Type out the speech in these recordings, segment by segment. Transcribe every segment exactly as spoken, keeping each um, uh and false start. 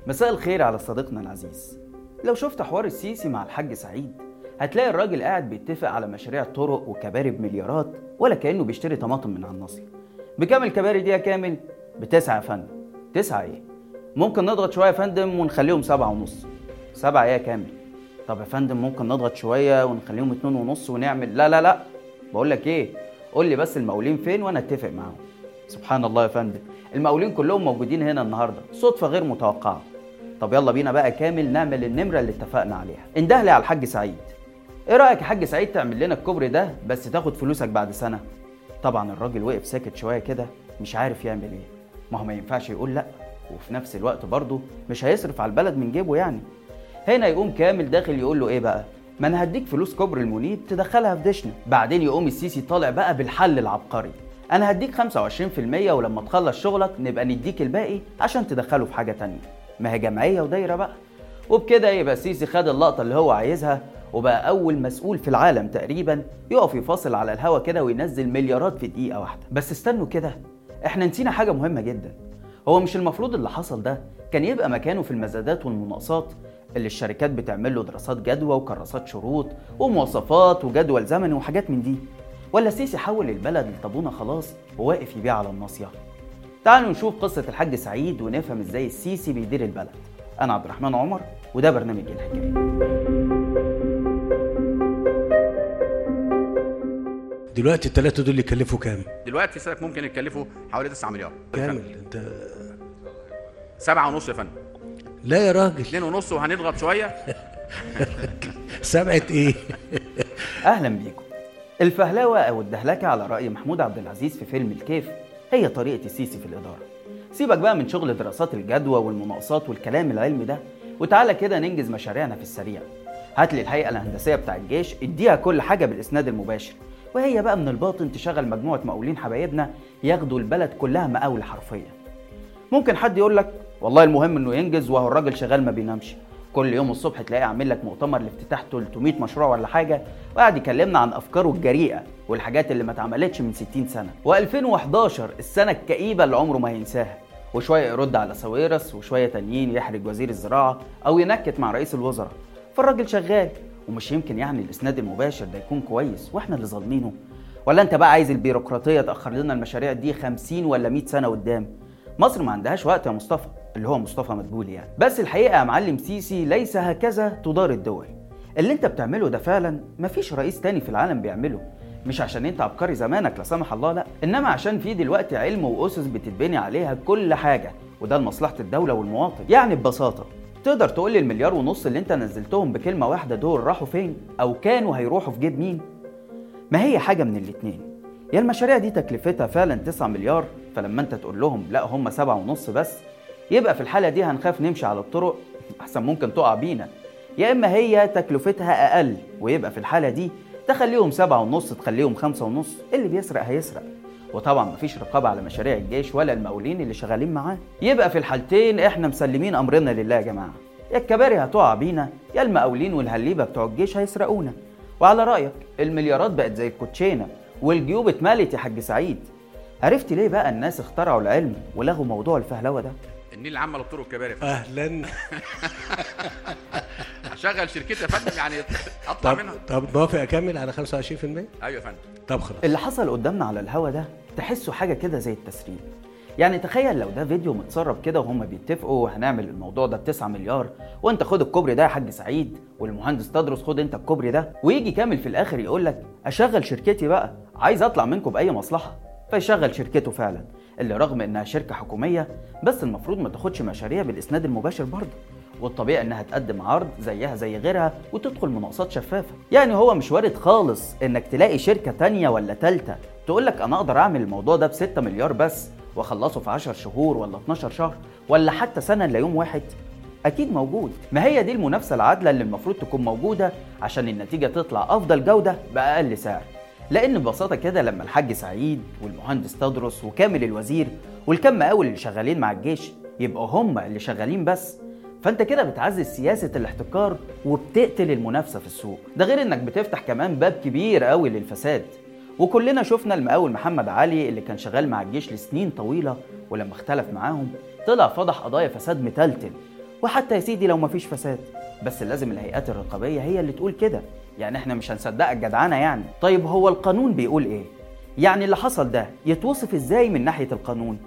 مساء الخير على صديقنا العزيز. لو شفت حوار السيسي مع الحاج سعيد هتلاقي الراجل قاعد بيتفق على مشاريع طرق وكباري بمليارات ولا كأنه بيشتري طماطم من على النصر. بكام الكباري دي يا كامل؟ بتسعة يا فندم. تسعة ايه؟ ممكن نضغط شوية يا فندم ونخليهم سبعة ونص. سبعة ايه يا كامل؟ طب يا فندم ممكن نضغط شوية ونخليهم اتنين ونص ونعمل لا لا لا بقول لك ايه، قول لي بس المقاولين فين وانا اتفق معاهم. سبحان الله يا فندم، المقاولين كلهم موجودين هنا النهارده، صدفة غير متوقعة. طب يلا بينا بقى كامل نعمل النمرة اللي اتفقنا عليها. اندهلي على الحاج سعيد. ايه رأيك يا حاج سعيد تعمل لنا الكوبري ده بس تاخد فلوسك بعد سنة؟ طبعا الراجل وقف ساكت شوية كده مش عارف يعمل ايه. ما هو ما ينفعش يقول لا وفي نفس الوقت برضه مش هيصرف على البلد من جيبه يعني. هنا يقوم كامل داخل يقول له ايه بقى؟ ما انا هديك فلوس كوبري المنيب تدخلها في دشنا. بعدين يقوم السيسي طالع بقى بالحل العبقري، انا هديك خمسة وعشرين في المية ولما تخلص شغلك نبقى نديك الباقي عشان تدخله في حاجة تانية. ما هي جمعية ودايرة بقى. وبكده يبقى السيسي خد اللقطة اللي هو عايزها وبقى أول مسؤول في العالم تقريبا يقف يفاصل على الهوا كده وينزل مليارات في دقيقة واحدة. بس استنوا كده، احنا نسينا حاجة مهمة جدا. هو مش المفروض اللي حصل ده كان يبقى مكانه في المزادات والمناقصات اللي الشركات بتعمل له دراسات جدوى وكراسات شروط ومواصفات وجدول زمني وحاجات من دي؟ ولا السيسي حول البلد لطابونة خلاص وواقف يبيع على الناصية؟ تعالوا نشوف قصة الحاج سعيد ونفهم ازاي السيسي بيدير البلد. أنا عبد الرحمن عمر وده برنامج الحكاية. دلوقتي الثلاثة دول يكلفوا كام؟ دلوقتي سيبك ممكن يكلفوا حوالي تسعة مليار. كامل انت سبعة ونص يا فندم. لا يا راجل اتنين ونص وهنضغط شوية. سبعة ايه؟ أهلا بيكم. الفهلاوة أو الدهلكة على رأي محمود عبد العزيز في فيلم الكيف هي طريقة السيسي في الإدارة. سيبك بقى من شغل دراسات الجدوى والمناقصات والكلام العلمي ده وتعالى كده ننجز مشاريعنا في السريع. هات لي الهيئة الهندسية بتاع الجيش اديها كل حاجة بالإسناد المباشر، وهي بقى من الباطن تشغل مجموعة مقاولين حبايبنا ياخدوا البلد كلها مقاول حرفيا. ممكن حد يقول لك والله المهم انه ينجز وهو الراجل شغال ما بينامش، كل يوم الصبح تلاقيه عامل لك مؤتمر لافتتاح تلتمية مشروع ولا حاجه وقاعد يكلمنا عن افكاره الجريئه والحاجات اللي ما اتعملتش من ستين سنه، وألفين وحداشر السنه الكئيبه اللي عمره ما هينساها، وشويه يرد على ساويرس وشويه تانيين يحرج وزير الزراعه او ينكت مع رئيس الوزراء. فالراجل شغال، ومش يمكن يعني الاسناد المباشر ده يكون كويس واحنا اللي ظالمينه؟ ولا انت بقى عايز البيروقراطيه تاخر لنا المشاريع دي خمسين ولا مية سنه قدام؟ مصر ما عندهاش وقت يا مصطفى، اللي هو مصطفى مدبولي يعني. بس الحقيقه يا معلم سيسي ليس هكذا تدار الدول. اللي انت بتعمله ده فعلا مفيش رئيس تاني في العالم بيعمله، مش عشان انت عبقري زمانك لا سمح الله، لا، انما عشان في دلوقتي علم واسس بتتبني عليها كل حاجه، وده لمصلحه الدوله والمواطن. يعني ببساطه تقدر تقول لي المليار ونص اللي انت نزلتهم بكلمه واحده دول راحوا فين او كانوا هيروحوا في جيب مين؟ ما هي حاجه من الاتنين، يا المشاريع دي تكلفتها فعلا تسعة مليار فلما انت تقول لهم لا هم سبعة ونص بس يبقى في الحالة دي هنخاف نمشي على الطرق احسن ممكن تقع بينا، يا اما هي تكلفتها اقل ويبقى في الحالة دي تخليهم سبعة ونص تخليهم خمسة ونص، اللي بيسرق هيسرق. وطبعا مفيش رقابة على مشاريع الجيش ولا المقاولين اللي شغالين معاه. يبقى في الحالتين احنا مسلمين امرنا لله يا جماعة، يا الكباري هتقع بينا يا المقاولين والهليبة بتوع الجيش هيسرقونا. وعلى رأيك المليارات بقت زي الكوتشينة والجيوب اتملت يا حاج سعيد. عرفت ليه بقى الناس اخترعوا العلم ولغوا موضوع الفهلوه ده؟ النيل العام للطرق والكباري. اهلا. اشغل شركتي يا فندم يعني اطلع طب منها. طب موافق اكمل على خمسة وعشرين في المية؟ ايوه يا فندم. طب خلاص. اللي حصل قدامنا على الهوا ده تحسوا حاجه كده زي التسريب. يعني تخيل لو ده فيديو متسرب كده وهم بيتفقوا هنعمل الموضوع ده بتسعة مليار وانت خد الكوبري ده يا حاج سعيد والمهندس تدرس خد انت الكوبري ده، ويجي كامل في الاخر يقول لك اشغل شركتي بقى عايز اطلع منكم باي مصلحه، فيشغل شركته فعلا اللي رغم انها شركه حكوميه بس المفروض ما تاخدش مشاريع بالاسناد المباشر برضه، والطبيعي انها تقدم عرض زيها زي غيرها وتدخل مناقصات شفافه. يعني هو مش وارد خالص انك تلاقي شركه تانية ولا تالتة تقول لك انا اقدر اعمل الموضوع ده ب ستة مليار بس واخلصه في عشر شهور ولا اتناشر شهر ولا حتى سنه الا يوم واحد. اكيد موجود. ما هي دي المنافسه العادله اللي المفروض تكون موجوده عشان النتيجه تطلع افضل جوده باقل سعر. لان ببساطه كده لما الحاج سعيد والمهندس تدرس وكامل الوزير والكم مقاول اللي شغالين مع الجيش يبقوا هم اللي شغالين بس، فانت كده بتعزز سياسه الاحتكار وبتقتل المنافسه في السوق. ده غير انك بتفتح كمان باب كبير قوي للفساد. وكلنا شفنا المقاول محمد علي اللي كان شغال مع الجيش لسنين طويله ولما اختلف معاهم طلع فضح قضايا فساد متلتل وحتى يا سيدي لو مفيش فساد، بس لازم الهيئات الرقابية هي اللي تقول كده، يعني احنا مش هنصدقك جدعانة يعني. طيب هو القانون بيقول ايه؟ يعني اللي حصل ده يتوصف ازاي من ناحية القانون؟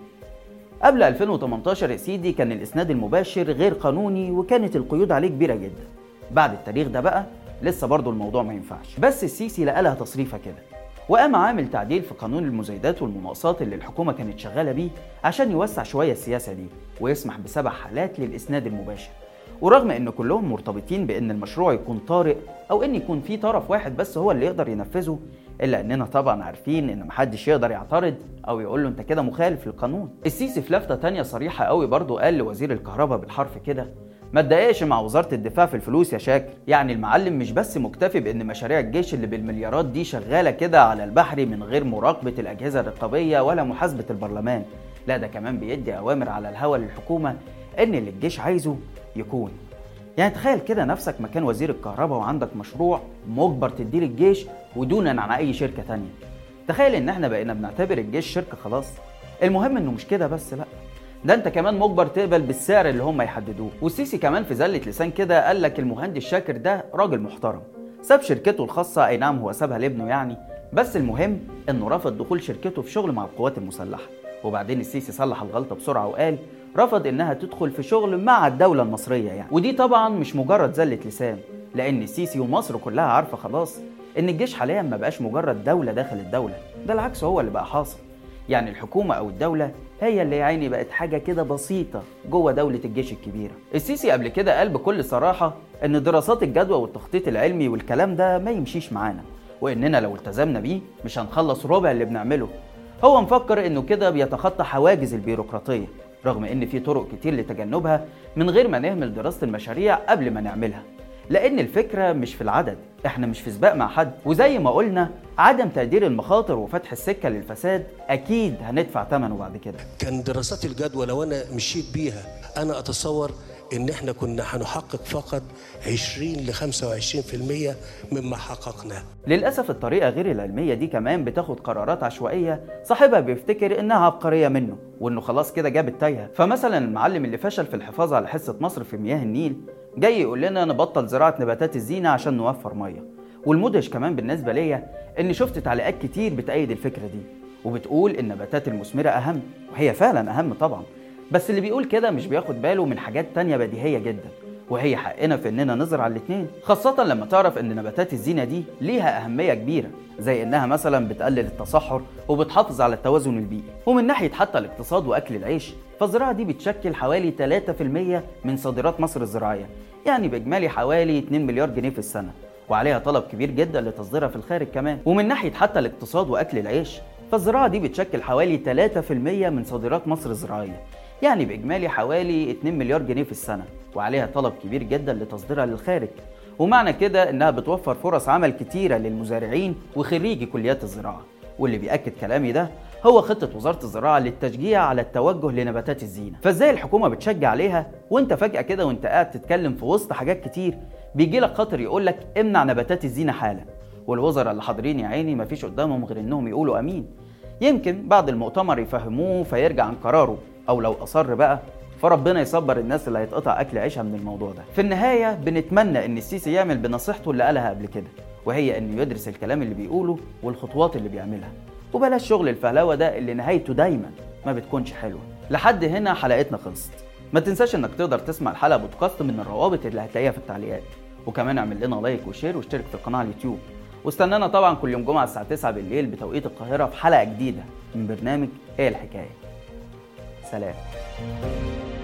قبل ألفين وتمنتاشر يا سيدي كان الإسناد المباشر غير قانوني وكانت القيود عليه كبيرة جدا. بعد التاريخ ده بقى لسه برضو الموضوع ما ينفعش، بس السيسي لقى لها تصريفة كده وقام عامل تعديل في قانون المزايدات والمناقصات اللي الحكومة كانت شغالة بيه عشان يوسع شوية السياسة دي ويسمح بسبع حالات للإسناد المباشر. ورغم ان كلهم مرتبطين بان المشروع يكون طارئ او ان يكون في طرف واحد بس هو اللي يقدر ينفذه، الا اننا طبعا عارفين ان محدش يقدر يعترض او يقول له انت كده مخالف للقانون. السيسي في لفتة تانية صريحة قوي برضو قال لوزير الكهرباء بالحرف كده: ما تضايقش مع وزارة الدفاع في الفلوس يا شاكر. يعني المعلم مش بس مكتفي بان مشاريع الجيش اللي بالمليارات دي شغالة كده على البحري من غير مراقبة الاجهزة الرقابية ولا محاسبة البرلمان، لا ده كمان بيدي اوامر على الهوا للحكومة ان اللي الجيش عايزه يكون. يعني تخيل كده نفسك مكان وزير الكهرباء وعندك مشروع مجبر تديه للجيش ودونا عن اي شركة تانية. تخيل ان احنا بقينا بنعتبر الجيش شركة خلاص. المهم انه مش كده بس، لا ده انت كمان مجبر تقبل بالسعر اللي هم يحددوه. والسيسي كمان في زلة لسان كده قال لك المهندس شاكر ده راجل محترم، ساب شركته الخاصة، اي نعم هو سابها لابنه يعني، بس المهم انه رفض دخول شركته في شغل مع القوات المسلحة. وبعدين السيسي صلح الغلطة بسرعة وقال رفض انها تدخل في شغل مع الدولة المصرية يعني. ودي طبعا مش مجرد زلة لسان، لان السيسي ومصر كلها عارفة خلاص ان الجيش حاليا ما بقاش مجرد دولة داخل الدولة، ده العكس هو اللي بقى حاصل. يعني الحكومة او الدولة هي اللي يعني بقت حاجة كده بسيطة جوه دولة الجيش الكبيرة. السيسي قبل كده قال بكل صراحة ان دراسات الجدوى والتخطيط العلمي والكلام ده ما يمشيش معانا، واننا لو التزمنا بيه مش هنخلص ربع اللي بنعمله. هو مفكر انه كده بيتخطى حواجز البيروقراطية، رغم ان في طرق كتير لتجنبها من غير ما نهمل دراسة المشاريع قبل ما نعملها. لان الفكرة مش في العدد، احنا مش في سباق مع حد، وزي ما قلنا عدم تقدير المخاطر وفتح السكة للفساد اكيد هندفع ثمنه بعد كده. كان دراسات الجدوى لو انا مشيت بيها انا اتصور ان احنا كنا هنحقق فقط عشرين ل خمسة وعشرين بالمئة مما حققناه. للاسف الطريقه غير العلميه دي كمان بتاخد قرارات عشوائيه صاحبها بيفتكر انها عبقريه منه وانه خلاص كده جاب التايهه. فمثلا المعلم اللي فشل في الحفاظ على حصه مصر في مياه النيل جاي يقول لنا نبطل زراعه نباتات الزينه عشان نوفر ميه. والمدهش كمان بالنسبه ليا اني شفت تعليقات كتير بتأيد الفكره دي وبتقول ان النباتات المثمره اهم، وهي فعلا اهم طبعا، بس اللي بيقول كده مش بياخد باله من حاجات تانية بديهية جدا، وهي حقنا في اننا نزرع الاتنين، خاصة لما تعرف ان نباتات الزينة دي ليها اهمية كبيرة، زي انها مثلا بتقلل التصحر وبتحافظ على التوازن البيئي. ومن ناحية حتى الاقتصاد واكل العيش فالزراعة دي بتشكل حوالي ثلاثة بالمئة من صادرات مصر الزراعية، يعني باجمالي حوالي اتنين مليار جنيه في السنة، وعليها طلب كبير جدا لتصديرها في الخارج كمان. ومن ناحية حتى الاقتصاد واكل العيش فالزراعة دي بتشكل حوالي ثلاثة بالمئة من صادرات مصر الزراعية، يعني بإجمالي حوالي اتنين مليار جنيه في السنة، وعليها طلب كبير جدا لتصديرها للخارج. ومعنى كده إنها بتوفر فرص عمل كتيرة للمزارعين وخريجي كليات الزراعة. واللي بيأكد كلامي ده هو خطة وزارة الزراعة للتشجيع على التوجه لنباتات الزينة. فازاي الحكومة بتشجع عليها وانت فجأة كده وانت قاعد تتكلم في وسط حاجات كتير بيجي لك خاطر يقولك امنع نباتات الزينة حالا، والوزراء اللي حاضرين يا عيني مفيش قدامهم غير انهم يقولوا امين. يمكن بعد المؤتمر يفهموه فيرجع عن قراره، او لو اصر بقى فربنا يصبر الناس اللي هيتقطع اكل عيشها من الموضوع ده. في النهايه بنتمنى ان السيسي يعمل بنصيحته اللي قالها قبل كده، وهي انه يدرس الكلام اللي بيقوله والخطوات اللي بيعملها، وبلاش شغل الفهلوه ده اللي نهايته دايما ما بتكونش حلوه. لحد هنا حلقتنا خلصت. ما تنساش انك تقدر تسمع الحلقه بودكاست من الروابط اللي هتلاقيها في التعليقات، وكمان اعمل لنا لايك وشير واشترك في القناه على اليوتيوب، واستنانا طبعا كل يوم جمعه الساعه تسعة بالليل بتوقيت القاهره في حلقه جديده من برنامج ايه الحكايه. سلام.